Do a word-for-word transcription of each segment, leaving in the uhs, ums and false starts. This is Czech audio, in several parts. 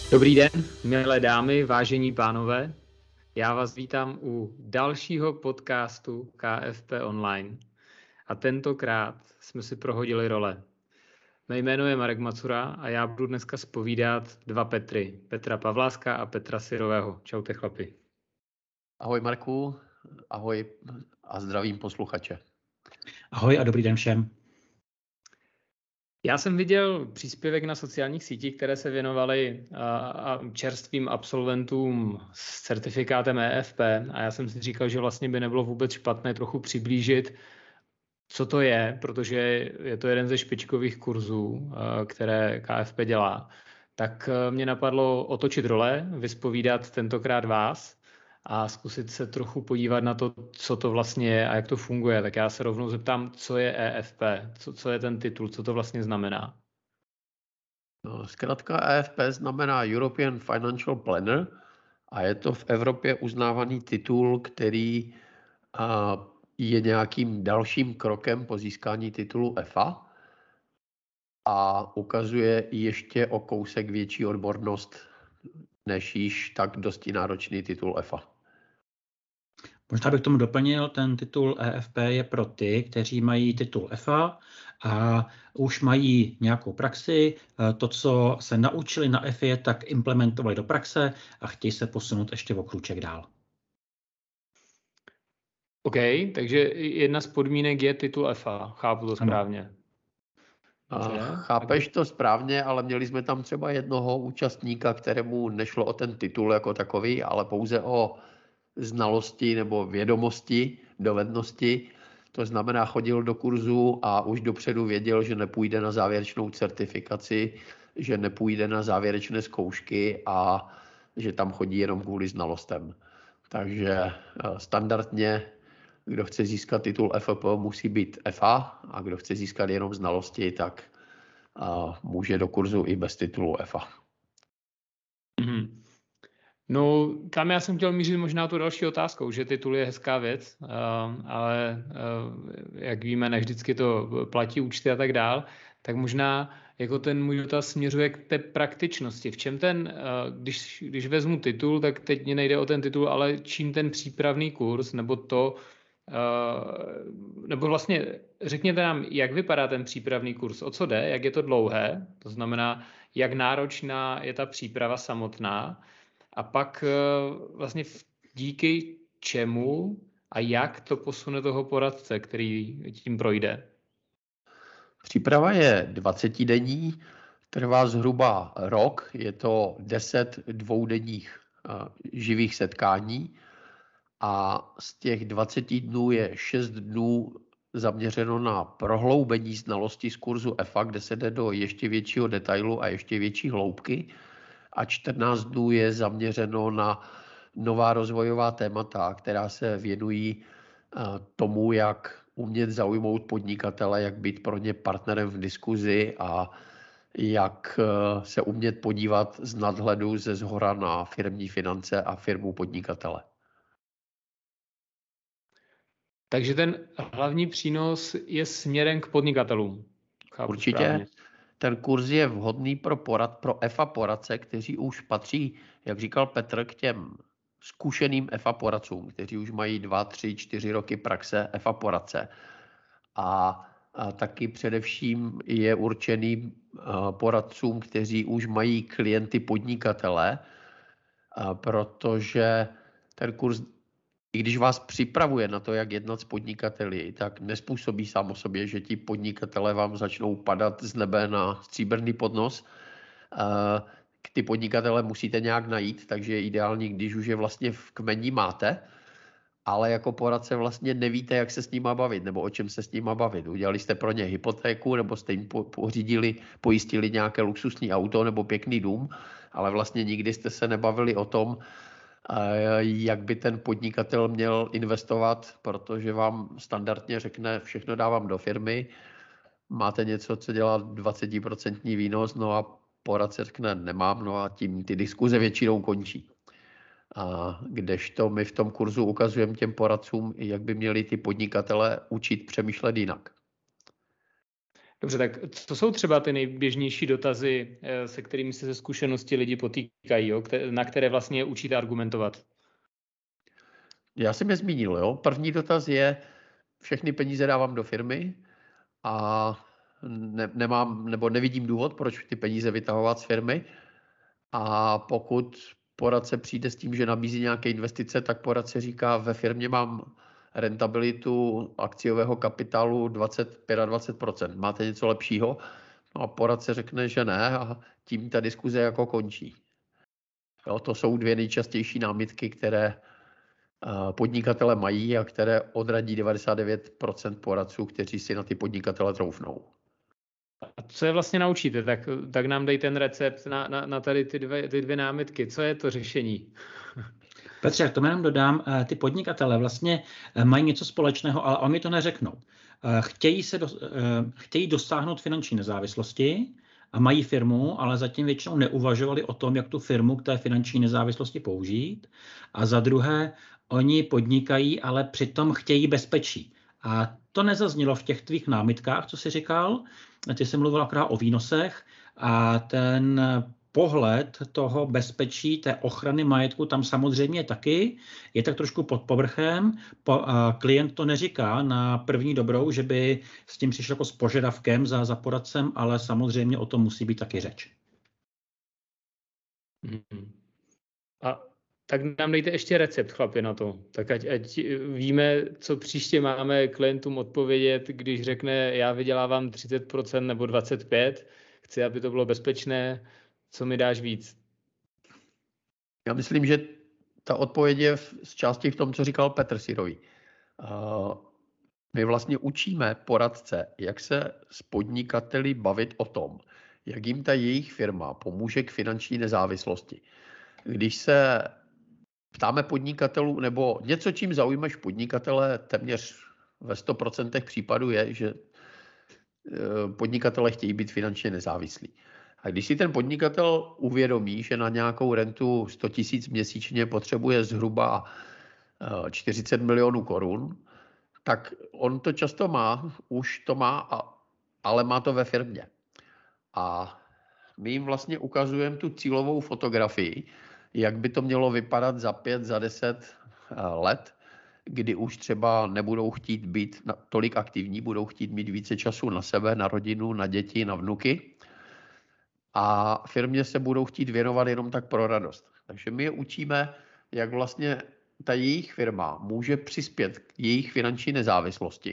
Dobrý den, milé dámy, vážení pánové. Já vás vítám u dalšího podcastu K F P Online. A tentokrát jsme si prohodili role. Mé jméno je Marek Macura a já budu dneska zpovídat dva Petry. Petra Pavláska a Petra Syrového. Čaute chlapi. Ahoj Marku, ahoj a zdravím posluchače. Ahoj a dobrý den všem. Já jsem viděl příspěvek na sociálních sítích, které se věnovaly čerstvým absolventům s certifikátem E F P a já jsem si říkal, že vlastně by nebylo vůbec špatné trochu přiblížit, co to je, protože je to jeden ze špičkových kurzů, které K F P dělá. Tak mě napadlo otočit role, vyspovídat tentokrát vás a zkusit se trochu podívat na to, co to vlastně je a jak to funguje. Tak já se rovnou zeptám, co je E F P, co, co je ten titul, co to vlastně znamená. No, zkrátka E F P znamená European Financial Planner a je to v Evropě uznávaný titul, který a, je nějakým dalším krokem po získání titulu E F A a ukazuje ještě o kousek větší odbornost než již tak dosti náročný titul E F A. Možná bych tomu doplnil, ten titul E F P je pro ty, kteří mají titul E F A a už mají nějakou praxi, to, co se naučili na E F I, tak implementovali do praxe a chtějí se posunout ještě o krůček dál. OK, takže jedna z podmínek je titul E F A, chápu to správně. A chápeš to správně, ale měli jsme tam třeba jednoho účastníka, kterému nešlo o ten titul jako takový, ale pouze o znalosti nebo vědomosti, dovednosti. To znamená, chodil do kurzu a už dopředu věděl, že nepůjde na závěrečnou certifikaci, že nepůjde na závěrečné zkoušky a že tam chodí jenom kvůli znalostem. Takže standardně, kdo chce získat titul F P, musí být F A a kdo chce získat jenom znalosti, tak může do kurzu i bez titulu F A. Mm-hmm. No, tam já jsem chtěl mířit možná tu další otázkou, že titul je hezká věc, ale jak víme, ne vždycky to platí účty a tak dál, tak možná jako ten můj dotaz směřuje k té praktičnosti. V čem ten, když, když vezmu titul, tak teď mě nejde o ten titul, ale čím ten přípravný kurz, nebo to, nebo vlastně řekněte nám, jak vypadá ten přípravný kurz, o co jde, jak je to dlouhé, to znamená, jak náročná je ta příprava samotná, a pak vlastně díky čemu a jak to posune toho poradce, který tím projde? Příprava je dvacetidenní, trvá zhruba rok, je to deset dvoudenních živých setkání a z těch dvaceti dnů je šest dnů zaměřeno na prohloubení znalostí z kurzu F A, kde se jde do ještě většího detailu a ještě větší hloubky, a čtrnáct dnů je zaměřeno na nová rozvojová témata, která se věnují tomu, jak umět zaujmout podnikatele, jak být pro ně partnerem v diskuzi a jak se umět podívat z nadhledu ze zhora na firemní finance a firmu podnikatele. Takže ten hlavní přínos je směrem k podnikatelům. Chápu Určitě. Správně. Ten kurz je vhodný pro porad, pro F A poradce, kteří už patří, jak říkal Petr, k těm zkušeným F A poradcům, kteří už mají dva, tři, čtyři roky praxe F A poradce. A, a taky především je určený poradcům, kteří už mají klienty podnikatele, protože ten kurz, i když vás připravuje na to, jak jednat s podnikateli, tak nespůsobí sám o sobě, že ti podnikatelé vám začnou padat z nebe na stříbrný podnos. Ty podnikatele musíte nějak najít, takže je ideální, když už je vlastně v kmeni máte, ale jako poradce vlastně nevíte, jak se s nima bavit, nebo o čem se s nima bavit. Udělali jste pro ně hypotéku, nebo jste jim pořídili, pojistili nějaké luxusní auto nebo pěkný dům, ale vlastně nikdy jste se nebavili o tom, jak by ten podnikatel měl investovat, protože vám standardně řekne, všechno dávám do firmy, máte něco, co dělá dvacet procent výnos, no a poradce řekne, nemám, no a tím ty diskuze většinou končí. A kdežto my v tom kurzu ukazujeme těm poradcům, jak by měli ty podnikatele učit přemýšlet jinak. Dobře, tak co jsou třeba ty nejběžnější dotazy, se kterými se ze zkušenosti lidi potýkají, jo? Na které vlastně učíte argumentovat? Já jsem je zmínil. Jo? První dotaz je, všechny peníze dávám do firmy a ne, nemám, nebo nevidím důvod, proč ty peníze vytahovat z firmy. A pokud poradce přijde s tím, že nabízí nějaké investice, tak poradce říká, ve firmě mám rentabilitu akciového kapitálu dvacet až dvacet pět procent. Máte něco lepšího? No a poradce řekne, že ne a tím ta diskuze jako končí. Jo, to jsou dvě nejčastější námitky, které podnikatele mají a které odradí devadesát devět procent poradců, kteří si na ty podnikatele troufnou. A co je vlastně naučíte? Tak, tak nám dej ten recept na, na, na tady ty dvě, ty dvě námitky. Co je to řešení? Petře, k tomu jenom dodám, ty podnikatele vlastně mají něco společného, ale oni to neřeknou. Chtějí, se do, chtějí dosáhnout finanční nezávislosti a mají firmu, ale zatím většinou neuvažovali o tom, jak tu firmu k té finanční nezávislosti použít. A za druhé, oni podnikají, ale přitom chtějí bezpečí. A to nezaznělo v těch tvých námitkách, co jsi říkal. Ty jsi mluvil akorát o výnosech a ten pohled toho bezpečí, té ochrany majetku tam samozřejmě taky je tak trošku pod povrchem. Po, a klient to neříká na první dobrou, že by s tím přišel jako s požadavkem za, za poradcem, ale samozřejmě o tom musí být taky řeč. Hmm. A tak nám dejte ještě recept, chlapi, na to. Tak ať, ať víme, co příště máme klientům odpovědět, když řekne, já vydělávám třicet procent nebo dvacet pět procent, chci, aby to bylo bezpečné, co mi dáš víc? Já myslím, že ta odpověď je z části v tom, co říkal Petr Sirový. My vlastně učíme poradce, jak se s podnikateli bavit o tom, jak jim ta jejich firma pomůže k finanční nezávislosti. Když se ptáme podnikatelů, nebo něco, čím zaujmeš podnikatele, téměř ve sto procent případů je, že podnikatele chtějí být finančně nezávislí. A když si ten podnikatel uvědomí, že na nějakou rentu sto tisíc měsíčně potřebuje zhruba čtyřicet milionů korun, tak on to často má, už to má, ale má to ve firmě. A my jim vlastně ukazujeme tu cílovou fotografii, jak by to mělo vypadat za pět, za deset let, kdy už třeba nebudou chtít být tolik aktivní, budou chtít mít více času na sebe, na rodinu, na děti, na vnuky. A firmě se budou chtít věnovat jenom tak pro radost. Takže my je učíme, jak vlastně ta jejich firma může přispět k jejich finanční nezávislosti.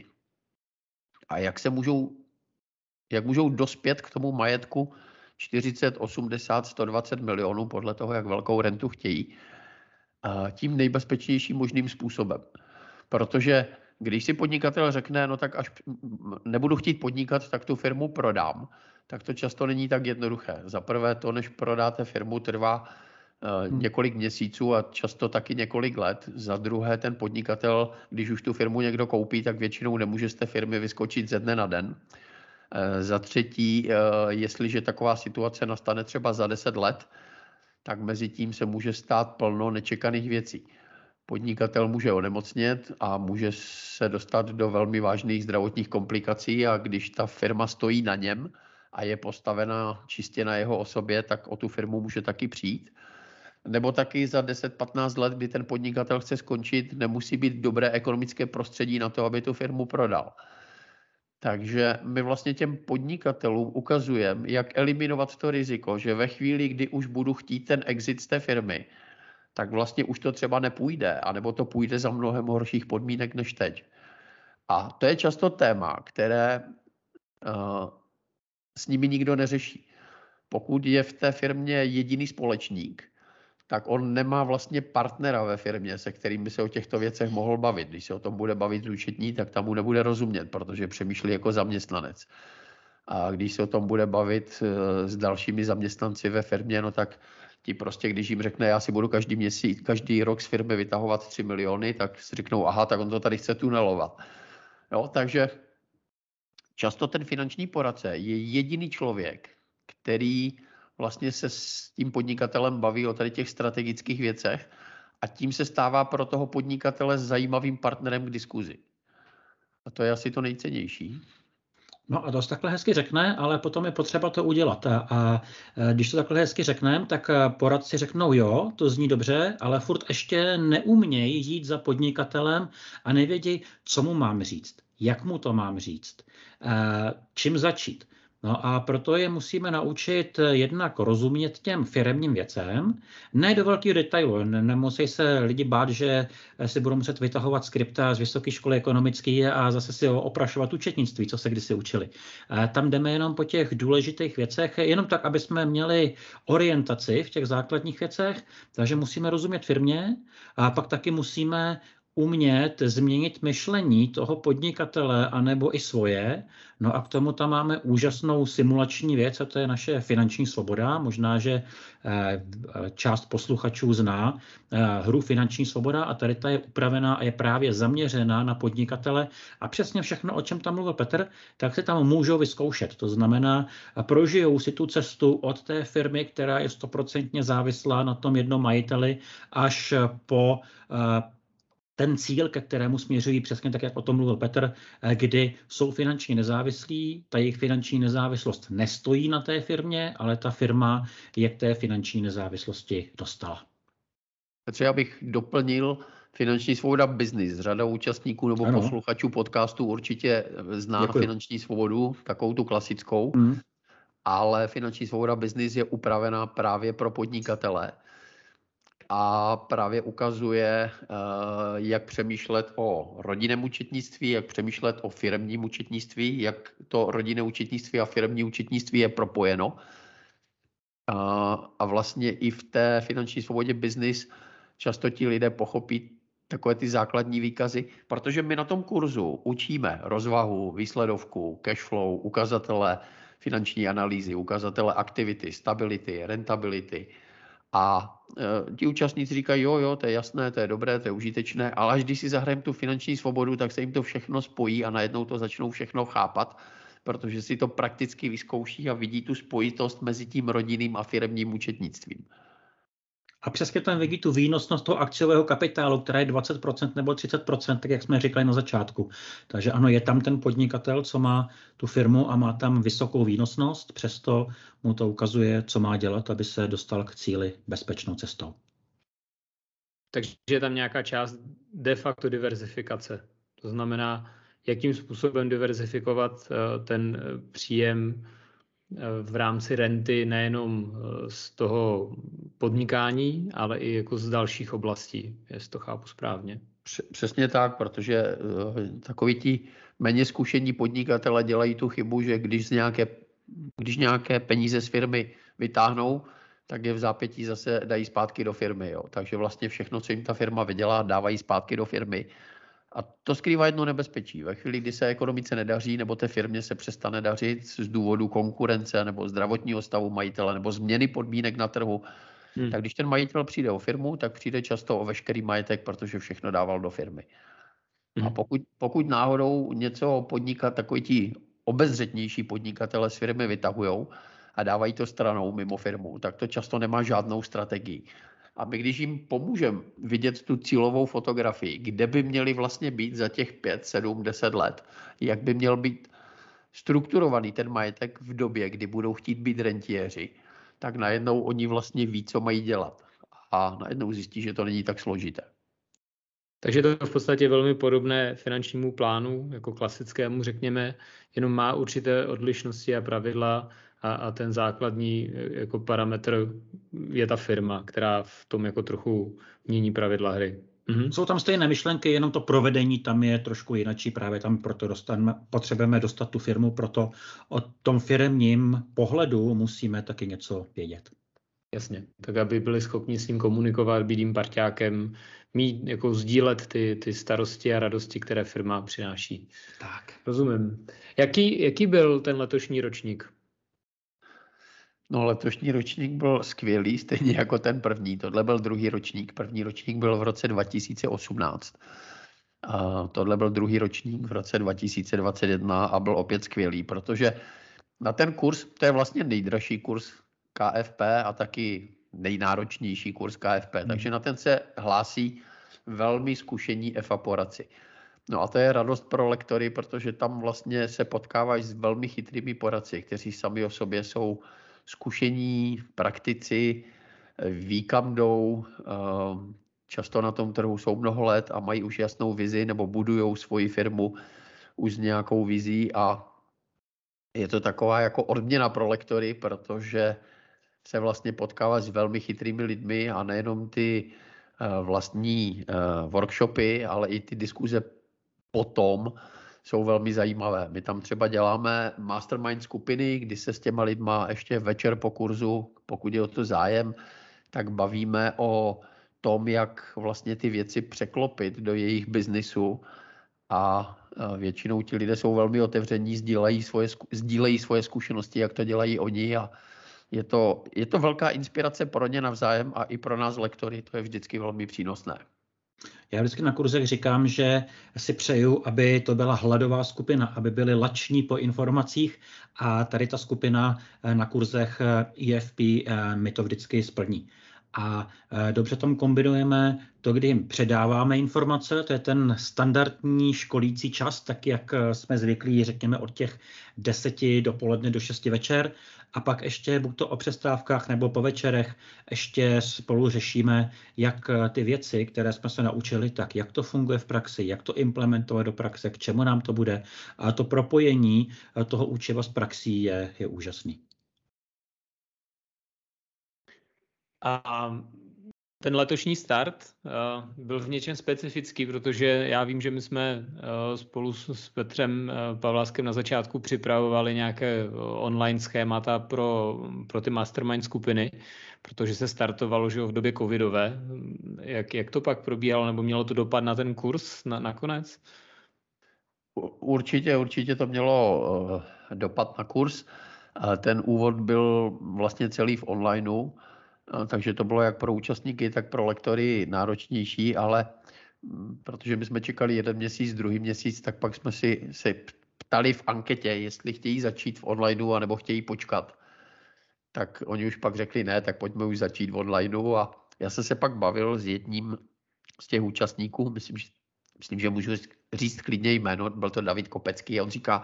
A jak se můžou, jak můžou dospět k tomu majetku čtyřicet, osmdesát, sto dvacet milionů, podle toho, jak velkou rentu chtějí, tím nejbezpečnějším možným způsobem. Protože když si podnikatel řekne, no tak až nebudu chtít podnikat, tak tu firmu prodám, tak to často není tak jednoduché. Za prvé to, než prodáte firmu, trvá uh, několik měsíců a často taky několik let. Za druhé ten podnikatel, když už tu firmu někdo koupí, tak většinou nemůže z té firmy vyskočit ze dne na den. Uh, za třetí, uh, jestliže taková situace nastane třeba za deset let, tak mezi tím se může stát plno nečekaných věcí. Podnikatel může onemocnět a může se dostat do velmi vážných zdravotních komplikací a když ta firma stojí na něm a je postavena čistě na jeho osobě, tak o tu firmu může taky přijít. Nebo taky za deset patnáct let, kdy ten podnikatel chce skončit, nemusí být dobré ekonomické prostředí na to, aby tu firmu prodal. Takže my vlastně těm podnikatelům ukazujeme, jak eliminovat to riziko, že ve chvíli, kdy už budu chtít ten exit z té firmy, tak vlastně už to třeba nepůjde, anebo to půjde za mnohem horších podmínek než teď. A to je často téma, které uh, s nimi nikdo neřeší. Pokud je v té firmě jediný společník, tak on nemá vlastně partnera ve firmě, se kterým by se o těchto věcech mohl bavit. Když se o tom bude bavit účetní, tak tam mu nebude rozumět, protože přemýšlí jako zaměstnanec. A když se o tom bude bavit uh, s dalšími zaměstnanci ve firmě, no tak ti prostě, když jim řekne, já si budu každý měsíc, každý rok z firmy vytahovat tři miliony, tak si řeknou, aha, tak on to tady chce tunelovat. Jo, takže často ten finanční poradce je jediný člověk, který vlastně se s tím podnikatelem baví o tady těch strategických věcech a tím se stává pro toho podnikatele zajímavým partnerem k diskuzi. A to je asi to nejcennější. No a to se takhle hezky řekne, ale potom je potřeba to udělat. A, a když to takhle hezky řekneme, tak poradci řeknou jo, to zní dobře, ale furt ještě neumějí jít za podnikatelem a nevědí, co mu mám říct, jak mu to mám říct, čím začít. No a proto je musíme naučit jednak rozumět těm firemním věcem, ne do velkého detailu. Nemusí se lidi bát, že si budou muset vytahovat skripta z vysoké školy ekonomické a zase si oprašovat účetnictví, co se kdysi učili. Tam jdeme jenom po těch důležitých věcech, jenom tak, aby jsme měli orientaci v těch základních věcech, takže musíme rozumět firmě a pak taky musíme umět změnit myšlení toho podnikatele anebo i svoje. No a k tomu tam máme úžasnou simulační věc a to je naše finanční svoboda. Možná, že část posluchačů zná hru Finanční svoboda a tady ta je upravená a je právě zaměřená na podnikatele a přesně všechno, o čem tam mluvil Petr, tak se tam můžou vyzkoušet. To znamená, prožijou si tu cestu od té firmy, která je stoprocentně závislá na tom jednom majiteli, až po ten cíl, ke kterému směřují přesně tak, jak o tom mluvil Petr, kdy jsou finančně nezávislí, ta jejich finanční nezávislost nestojí na té firmě, ale ta firma je k té finanční nezávislosti dostala. Petře, abych doplnil, Finanční svoboda business. Řada účastníků nebo ano. posluchačů podcastu určitě zná Děkuji. Finanční svobodu, takovou tu klasickou, hmm. ale Finanční svoboda business je upravená právě pro podnikatele. A právě ukazuje, jak přemýšlet o rodinném účetnictví, jak přemýšlet o firemním účetnictví, jak to rodinné účetnictví a firemní účetnictví je propojeno. A vlastně i v té Finanční svobodě business často ti lidé pochopí takové ty základní výkazy, protože my na tom kurzu učíme rozvahu, výsledovku, cashflow, ukazatele finanční analýzy, ukazatele aktivity, stability, rentability. A e, ti účastníci říkají, jo, jo, to je jasné, to je dobré, to je užitečné, ale až když si zahrajeme tu finanční svobodu, tak se jim to všechno spojí a najednou to začnou všechno chápat, protože si to prakticky vyzkouší a vidí tu spojitost mezi tím rodinným a firemním účetnictvím. A přesně tam vidí tu výnosnost toho akciového kapitálu, která je dvacet procent nebo třicet procent, tak jak jsme říkali na začátku. Takže ano, je tam ten podnikatel, co má tu firmu a má tam vysokou výnosnost, přesto mu to ukazuje, co má dělat, aby se dostal k cíli bezpečnou cestou. Takže je tam nějaká část de facto diverzifikace. To znamená, jakým způsobem diverzifikovat ten příjem v rámci renty nejenom z toho podnikání, ale i jako z dalších oblastí, jestli to chápu správně. Přesně tak, protože takoví ti méně zkušení podnikatele dělají tu chybu, že když, z nějaké, když nějaké peníze z firmy vytáhnou, tak je v zápětí zase dají zpátky do firmy. Jo. Takže vlastně všechno, co jim ta firma vydělá, dávají zpátky do firmy. A to skrývá jedno nebezpečí. Ve chvíli, kdy se ekonomice nedaří nebo té firmě se přestane dařit z důvodu konkurence nebo zdravotního stavu majitele nebo změny podmínek na trhu, hmm. tak když ten majitel přijde o firmu, tak přijde často o veškerý majetek, protože všechno dával do firmy. Hmm. A pokud, pokud náhodou něco podnikat, takový ti obezřetnější podnikatele z firmy vytahujou a dávají to stranou mimo firmu, tak to často nemá žádnou strategii. A my, když jim pomůžeme vidět tu cílovou fotografii, kde by měli vlastně být za těch pět, sedm, deset let, jak by měl být strukturovaný ten majetek v době, kdy budou chtít být rentiéři, tak najednou oni vlastně ví, co mají dělat. A najednou zjistí, že to není tak složité. Takže to je v podstatě velmi podobné finančnímu plánu, jako klasickému, řekněme, jenom má určité odlišnosti a pravidla, A, a ten základní jako parametr je ta firma, která v tom jako trochu mění pravidla hry. Mhm. Jsou tam stejné myšlenky, jenom to provedení tam je trošku jinačí, právě tam proto dostaneme, potřebujeme dostat tu firmu, proto o tom firemním pohledu musíme taky něco vědět. Jasně, tak aby byli schopni s ním komunikovat, být jim parťákem, mít, jako sdílet ty, ty starosti a radosti, které firma přináší. Tak. Rozumím. Jaký, jaký byl ten letošní ročník? No, letošní ročník byl skvělý, stejně jako ten první. Tohle byl druhý ročník. První ročník byl v roce dva tisíce osmnáct. A tohle byl druhý ročník v roce dva tisíce dvacet jedna a byl opět skvělý, protože na ten kurz, to je vlastně nejdražší kurz K F P a taky nejnáročnější kurz K F P, hmm. takže na ten se hlásí velmi zkušení F A poradci. No a to je radost pro lektory, protože tam vlastně se potkávají s velmi chytrými poradci, kteří sami o sobě jsou zkušení, praktici, ví kam jdou, často na tom trhu jsou mnoho let a mají už jasnou vizi nebo budujou svoji firmu už s nějakou vizí a je to taková jako odměna pro lektory, protože se vlastně potkává s velmi chytrými lidmi a nejenom ty vlastní workshopy, ale i ty diskuze potom jsou velmi zajímavé. My tam třeba děláme mastermind skupiny, kdy se s těma lidma ještě večer po kurzu, pokud je o to zájem, tak bavíme o tom, jak vlastně ty věci překlopit do jejich biznisu a většinou ti lidé jsou velmi otevření, sdílejí svoje, sdílejí svoje zkušenosti, jak to dělají oni a je to, je to velká inspirace pro ně navzájem a i pro nás lektory, to je vždycky velmi přínosné. Já vždycky na kurzech říkám, že si přeju, aby to byla hladová skupina, aby byli lační po informacích a tady ta skupina na kurzech E F P mi to vždycky splní. A dobře tam kombinujeme to, kdy jim předáváme informace, to je ten standardní školící čas, tak jak jsme zvyklí, řekněme od těch deseti dopoledne do šesti večer. A pak ještě buď to o přestávkách nebo po večerech ještě spolu řešíme, jak ty věci, které jsme se naučili, tak jak to funguje v praxi, jak to implementovat do praxe, k čemu nám to bude. A to propojení toho učiva s praxí je, je úžasný. A ten letošní start uh, byl v něčem specifický, protože já vím, že my jsme uh, spolu s, s Petrem uh, Pavláskem na začátku připravovali nějaké online schémata pro, pro ty mastermind skupiny, protože se startovalo, že v době covidové. Jak, jak to pak probíhalo, nebo mělo to dopad na ten kurz na, nakonec? Určitě, určitě to mělo uh, dopad na kurz. Uh, ten úvod byl vlastně celý v onlineu, takže to bylo jak pro účastníky, tak pro lektory náročnější, ale protože my jsme čekali jeden měsíc, druhý měsíc, tak pak jsme si se ptali v anketě, jestli chtějí začít v onlineu, anebo chtějí počkat. Tak oni už pak řekli ne, tak pojďme už začít v onlineu a já jsem se pak bavil s jedním z těch účastníků, myslím, že, myslím, že můžu říct klidně jméno, byl to David Kopecký a on říká,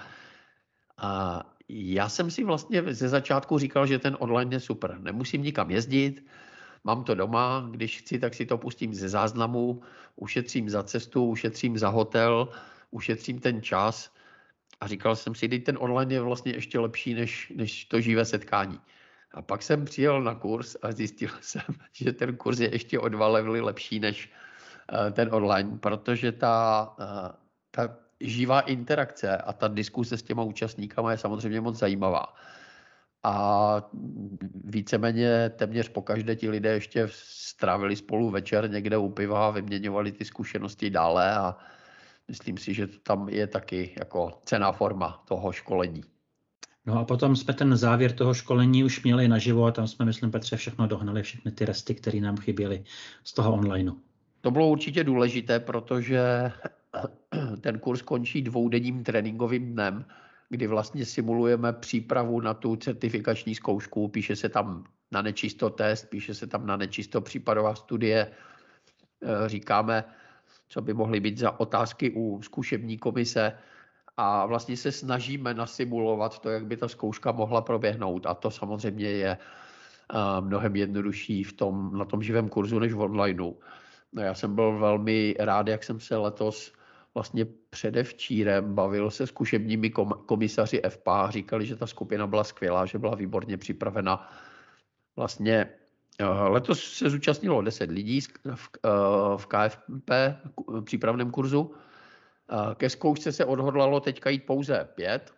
a já jsem si vlastně ze začátku říkal, že ten online je super. Nemusím nikam jezdit, mám to doma, když chci, tak si to pustím ze záznamu, ušetřím za cestu, ušetřím za hotel, ušetřím ten čas a říkal jsem si, že ten online je vlastně ještě lepší než, než to živé setkání. A pak jsem přijel na kurz a zjistil jsem, že ten kurz je ještě o dva levely lepší než ten online, protože ta, ta živá interakce a ta diskuse s těma účastníkama je samozřejmě moc zajímavá. A víceméně téměř pokaždé ti lidé ještě strávili spolu večer někde u piva a vyměňovali ty zkušenosti dále a myslím si, že tam je taky jako cenná forma toho školení. No a potom jsme ten závěr toho školení už měli naživo a tam jsme, myslím, Petře, všechno dohnali, všechny ty resty, které nám chyběly z toho onlineu. To bylo určitě důležité, protože ten kurz končí dvoudenním tréninkovým dnem, kdy vlastně simulujeme přípravu na tu certifikační zkoušku. Píše se tam na nečisto test, píše se tam na nečisto případová studie. Říkáme, co by mohly být za otázky u zkušební komise a vlastně se snažíme nasimulovat to, jak by ta zkouška mohla proběhnout. A to samozřejmě je mnohem jednodušší v tom, na tom živém kurzu než v onlineu. No, já jsem byl velmi rád, jak jsem se letos vlastně předevčírem bavil se zkušebními komisaři F P A. Říkali, že ta skupina byla skvělá, že byla výborně připravena. Vlastně letos se zúčastnilo deset lidí v K F P přípravném kurzu. Ke zkoušce se odhodlalo teďka jít pouze pět.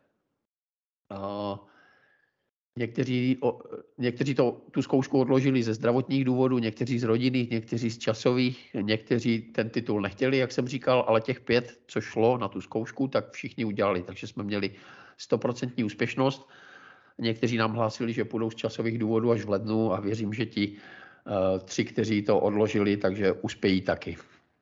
Někteří, někteří to, tu zkoušku odložili ze zdravotních důvodů, někteří z rodinných, někteří z časových, někteří ten titul nechtěli, jak jsem říkal, ale těch pět, co šlo na tu zkoušku, tak všichni udělali, takže jsme měli stoprocentní úspěšnost. Někteří nám hlásili, že půjdou z časových důvodů až v lednu a věřím, že ti uh, tři, kteří to odložili, takže uspějí taky.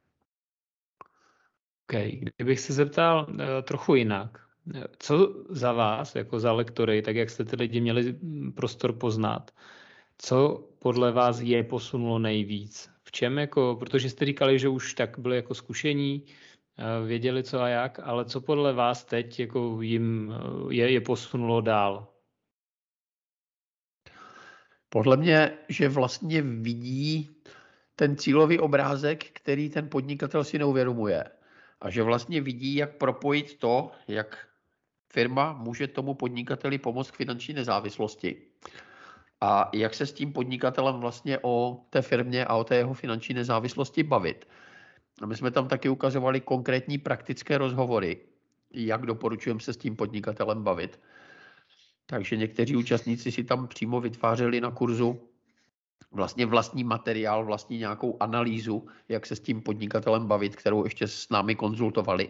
Okay. Kdybych se zeptal uh, trochu jinak, co za vás, jako za lektory, tak jak jste ty lidi měli prostor poznat, co podle vás je posunulo nejvíc? V čem, jako, protože jste říkali, že už tak byli jako zkušení, věděli co a jak, ale co podle vás teď jako jim je, je posunulo dál? Podle mě, že vlastně vidí ten cílový obrázek, který ten podnikatel si neuvědomuje. A že vlastně vidí, jak propojit to, jak firma může tomu podnikateli pomoct k finanční nezávislosti. A jak se s tím podnikatelem vlastně o té firmě a o té jeho finanční nezávislosti bavit. A my jsme tam taky ukazovali konkrétní praktické rozhovory, jak doporučujeme se s tím podnikatelem bavit. Takže někteří účastníci si tam přímo vytvářeli na kurzu vlastně vlastní materiál, vlastní nějakou analýzu, jak se s tím podnikatelem bavit, kterou ještě s námi konzultovali.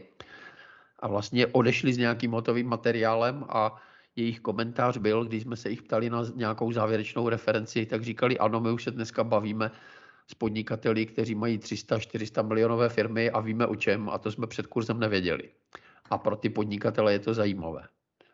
A vlastně odešli s nějakým hotovým materiálem a jejich komentář byl, když jsme se jich ptali na nějakou závěrečnou referenci, tak říkali, ano, my už se dneska bavíme s podnikateli, kteří mají tři sta čtyři sta milionové firmy a víme o čem, a to jsme před kurzem nevěděli. A pro ty podnikatele je to zajímavé.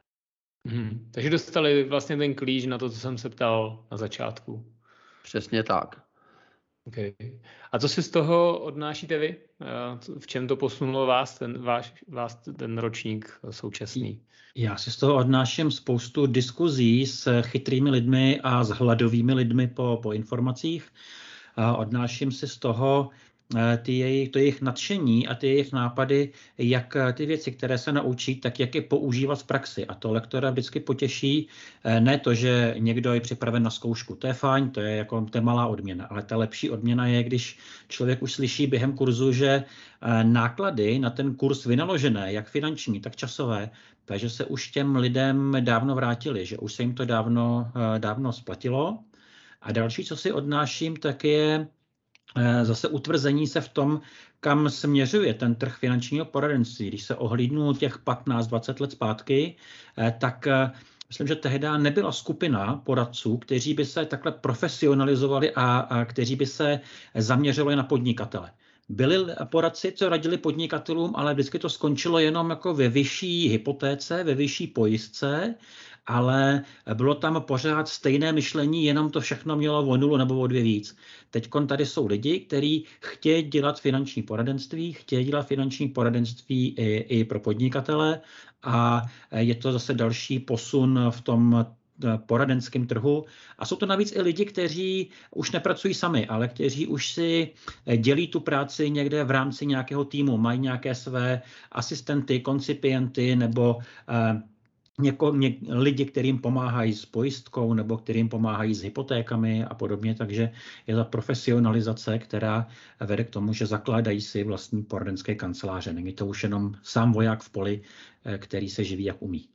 Hmm. Takže dostali vlastně ten klíč na to, co jsem se ptal na začátku. Přesně tak. Okay. A co si z toho odnášíte vy? V čem to posunulo vás, ten, váš, vás ten ročník současný? Já si z toho odnáším spoustu diskuzí s chytrými lidmi a s hladovými lidmi po, po informacích. A odnáším si z toho ty jejich, to jejich nadšení a ty jejich nápady, jak ty věci, které se naučí, tak jak je používat v praxi. A to lektora vždycky potěší, ne to, že někdo je připraven na zkoušku. To je fajn, to je jako to je malá odměna, ale ta lepší odměna je, když člověk už slyší během kurzu, že náklady na ten kurz vynaložené, jak finanční, tak časové, takže se už těm lidem dávno vrátili, že už se jim to dávno, dávno splatilo. A další, co si odnáším, tak je zase utvrzení se v tom, kam směřuje ten trh finančního poradenství. Když se ohlídnu těch patnáct dvacet let zpátky, tak myslím, že tehdy nebyla skupina poradců, kteří by se takhle profesionalizovali a, a kteří by se zaměřili na podnikatele. Byli poradci, co radili podnikatelům, ale vždycky to skončilo jenom jako ve vyšší hypotéce, ve vyšší pojistce, ale bylo tam pořád stejné myšlení, jenom to všechno mělo o nulu nebo o dvě víc. Teď tady jsou lidi, kteří chtějí dělat finanční poradenství, chtějí dělat finanční poradenství i, i pro podnikatele a je to zase další posun v tom poradenském trhu. A jsou to navíc i lidi, kteří už nepracují sami, ale kteří už si dělí tu práci někde v rámci nějakého týmu, mají nějaké své asistenty, koncipienty nebo eh, Něko, ně, lidi, kterým pomáhají s pojistkou nebo kterým pomáhají s hypotékami a podobně, takže je ta profesionalizace, která vede k tomu, že zakládají si vlastní poradenské kanceláře. Není to už jenom sám voják v poli, který se živí, jak umí.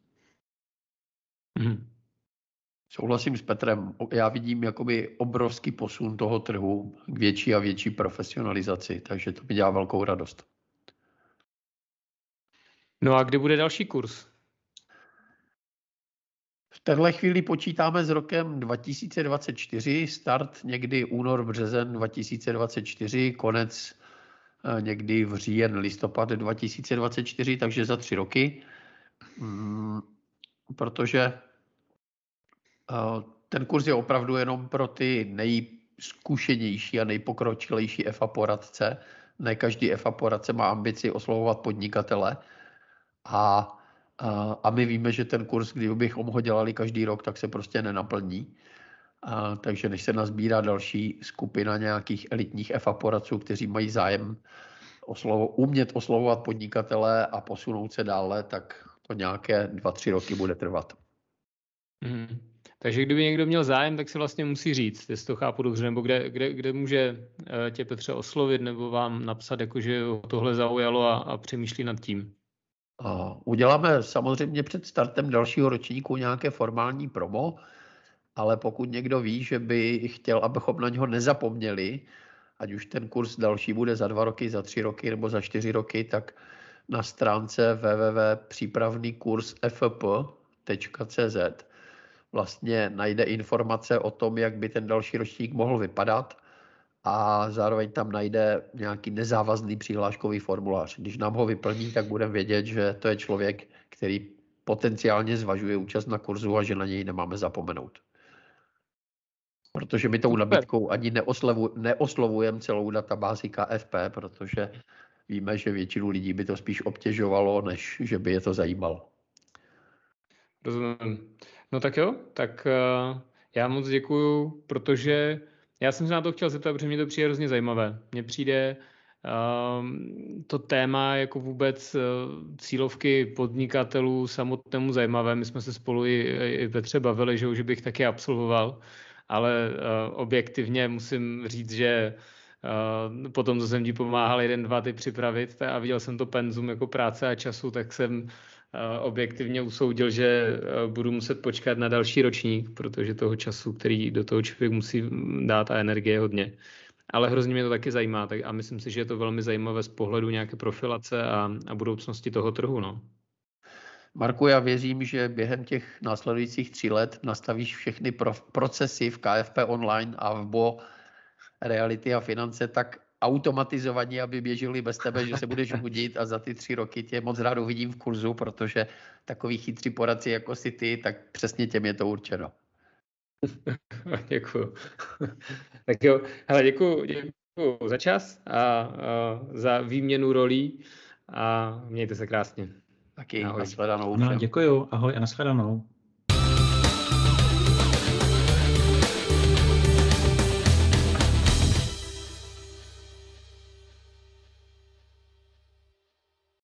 Hmm. Souhlasím s Petrem. Já vidím jakoby obrovský posun toho trhu k větší a větší profesionalizaci, takže to mi dělá velkou radost. No a kdy bude další kurz? V téhle chvíli počítáme s rokem dva tisíce dvacet čtyři, start někdy únor, březen dva tisíce dvacet čtyři, konec někdy v říjen, listopad dva tisíce dvacet čtyři, takže za tři roky, protože ten kurz je opravdu jenom pro ty nejzkušenější a nejpokročilejší F A poradce. Ne každý F A poradce má ambici oslovovat podnikatele a A my víme, že ten kurz, kdybychom ho dělali každý rok, tak se prostě nenaplní. A, takže než se nazbírá další skupina nějakých elitních F A poradců, kteří mají zájem oslovo, umět oslovovat podnikatele a posunout se dále, tak to nějaké dva, tři roky bude trvat. Hmm. Takže kdyby někdo měl zájem, tak si vlastně musí říct, jestli to chápu dobře, nebo kde, kde, kde může tě, Petře, oslovit nebo vám napsat, jakože tohle zaujalo a, a přemýšlí nad tím. Uděláme samozřejmě před startem dalšího ročníku nějaké formální promo, ale pokud někdo ví, že by chtěl, abychom na něho nezapomněli, ať už ten kurz další bude za dva roky, za tři roky nebo za čtyři roky, tak na stránce w w w tečka přípravný kurz f p tečka c z vlastně najde informace o tom, jak by ten další ročník mohl vypadat, a zároveň tam najde nějaký nezávazný přihláškový formulář. Když nám ho vyplní, tak budeme vědět, že to je člověk, který potenciálně zvažuje účast na kurzu a že na něj nemáme zapomenout. Protože my tou nabídkou ani neoslovujeme celou databázi K F P, protože víme, že většinu lidí by to spíš obtěžovalo, než že by je to zajímalo. Rozumím. No tak jo, tak uh, já moc děkuju, protože já jsem se na to chtěl zeptat, protože mě to přijde hrozně zajímavé. Mně přijde um, to téma jako vůbec uh, cílovky podnikatelů samotnému zajímavé. My jsme se spolu i, i Petře bavili, že už bych taky absolvoval, ale uh, objektivně musím říct, že uh, potom, co jsem ti pomáhal jeden, dva ty připravit a viděl jsem to penzum jako práce a času, tak jsem objektivně usoudil, že budu muset počkat na další ročník, protože toho času, který do toho člověk musí dát a energie hodně. Ale hrozně mě to taky zajímá tak a myslím si, že je to velmi zajímavé z pohledu nějaké profilace a, a budoucnosti toho trhu. No. Marku, já věřím, že během těch následujících tří let nastavíš všechny pro, procesy v K F P online a v B O reality a finance tak automatizovaně, aby běželi bez tebe, že se budeš nudit a za ty tři roky tě moc rád uvidím v kurzu, protože takový chytří poradci jako si ty, tak přesně těm je to určeno. Děkuju. Tak jo, hele, děkuju, děkuju za čas a, a za výměnu rolí a mějte se krásně. Taky ahoj. Nashledanou. No, děkuju, ahoj a nashledanou.